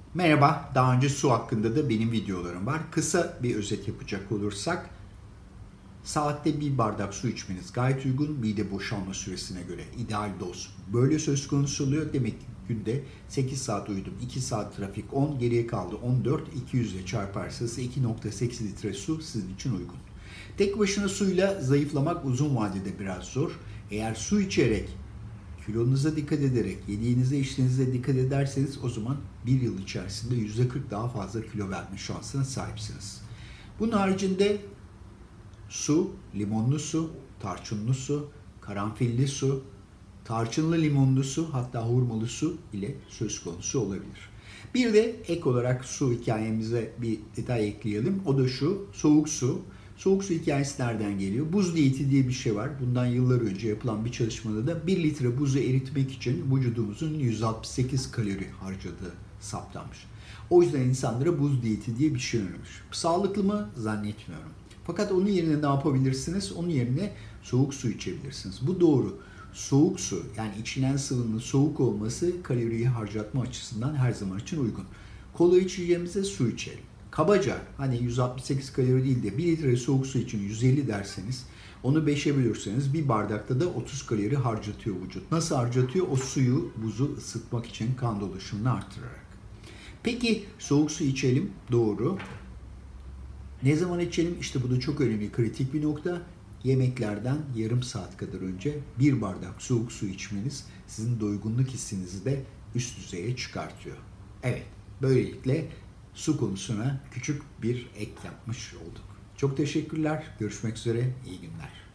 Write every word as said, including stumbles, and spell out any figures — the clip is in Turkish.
Merhaba, daha önce su hakkında da benim videolarım var. Kısa bir özet yapacak olursak, saatte bir bardak su içmeniz gayet uygun. Mide boşalma süresine göre ideal doz böyle söz konusu oluyor. Demek ki günde sekiz saat uyudum, iki saat trafik on, geriye kaldı on dört, iki yüz ile çarparsanız iki nokta sekiz litre su sizin için uygun. Tek başına suyla zayıflamak uzun vadede biraz zor. Eğer su içerek, kilonuza dikkat ederek, yediğinize içtiğinize dikkat ederseniz o zaman bir yıl içerisinde yüzde kırk daha fazla kilo verme şansına sahipsiniz. Bunun haricinde su, limonlu su, tarçınlı su, karanfilli su, tarçınlı limonlu su, hatta hurmalı su ile söz konusu olabilir. Bir de ek olarak su hikayemize bir detay ekleyelim. O da şu: soğuk su. Soğuk su hikayesi nereden geliyor? Buz diyeti diye bir şey var. Bundan yıllar önce yapılan bir çalışmada da bir litre buzu eritmek için vücudumuzun yüz altmış sekiz kalori harcadığı saptanmış. O yüzden insanlara buz diyeti diye bir şey önermiş. Sağlıklı mı? Zannetmiyorum. Fakat onun yerine ne yapabilirsiniz? Onun yerine soğuk su içebilirsiniz. Bu doğru. Soğuk su, yani içilen sıvının soğuk olması kaloriyi harcatma açısından her zaman için uygun. Kola içeceğimize su içelim. Kabaca hani yüz altmış sekiz kalori değil de bir litre soğuk su için yüz elli derseniz, onu beşe bölürseniz bir bardakta da otuz kalori harcatıyor vücut. Nasıl harcatıyor? O suyu, buzu ısıtmak için kan dolaşımını artırarak. Peki soğuk su içelim, doğru. Ne zaman içelim? İşte bu da çok önemli, kritik bir nokta. Yemeklerden yarım saat kadar önce bir bardak soğuk su içmeniz sizin doygunluk hissinizi de üst düzeye çıkartıyor. Evet, böylelikle su konusuna küçük bir ek yapmış olduk. Çok teşekkürler. Görüşmek üzere. İyi günler.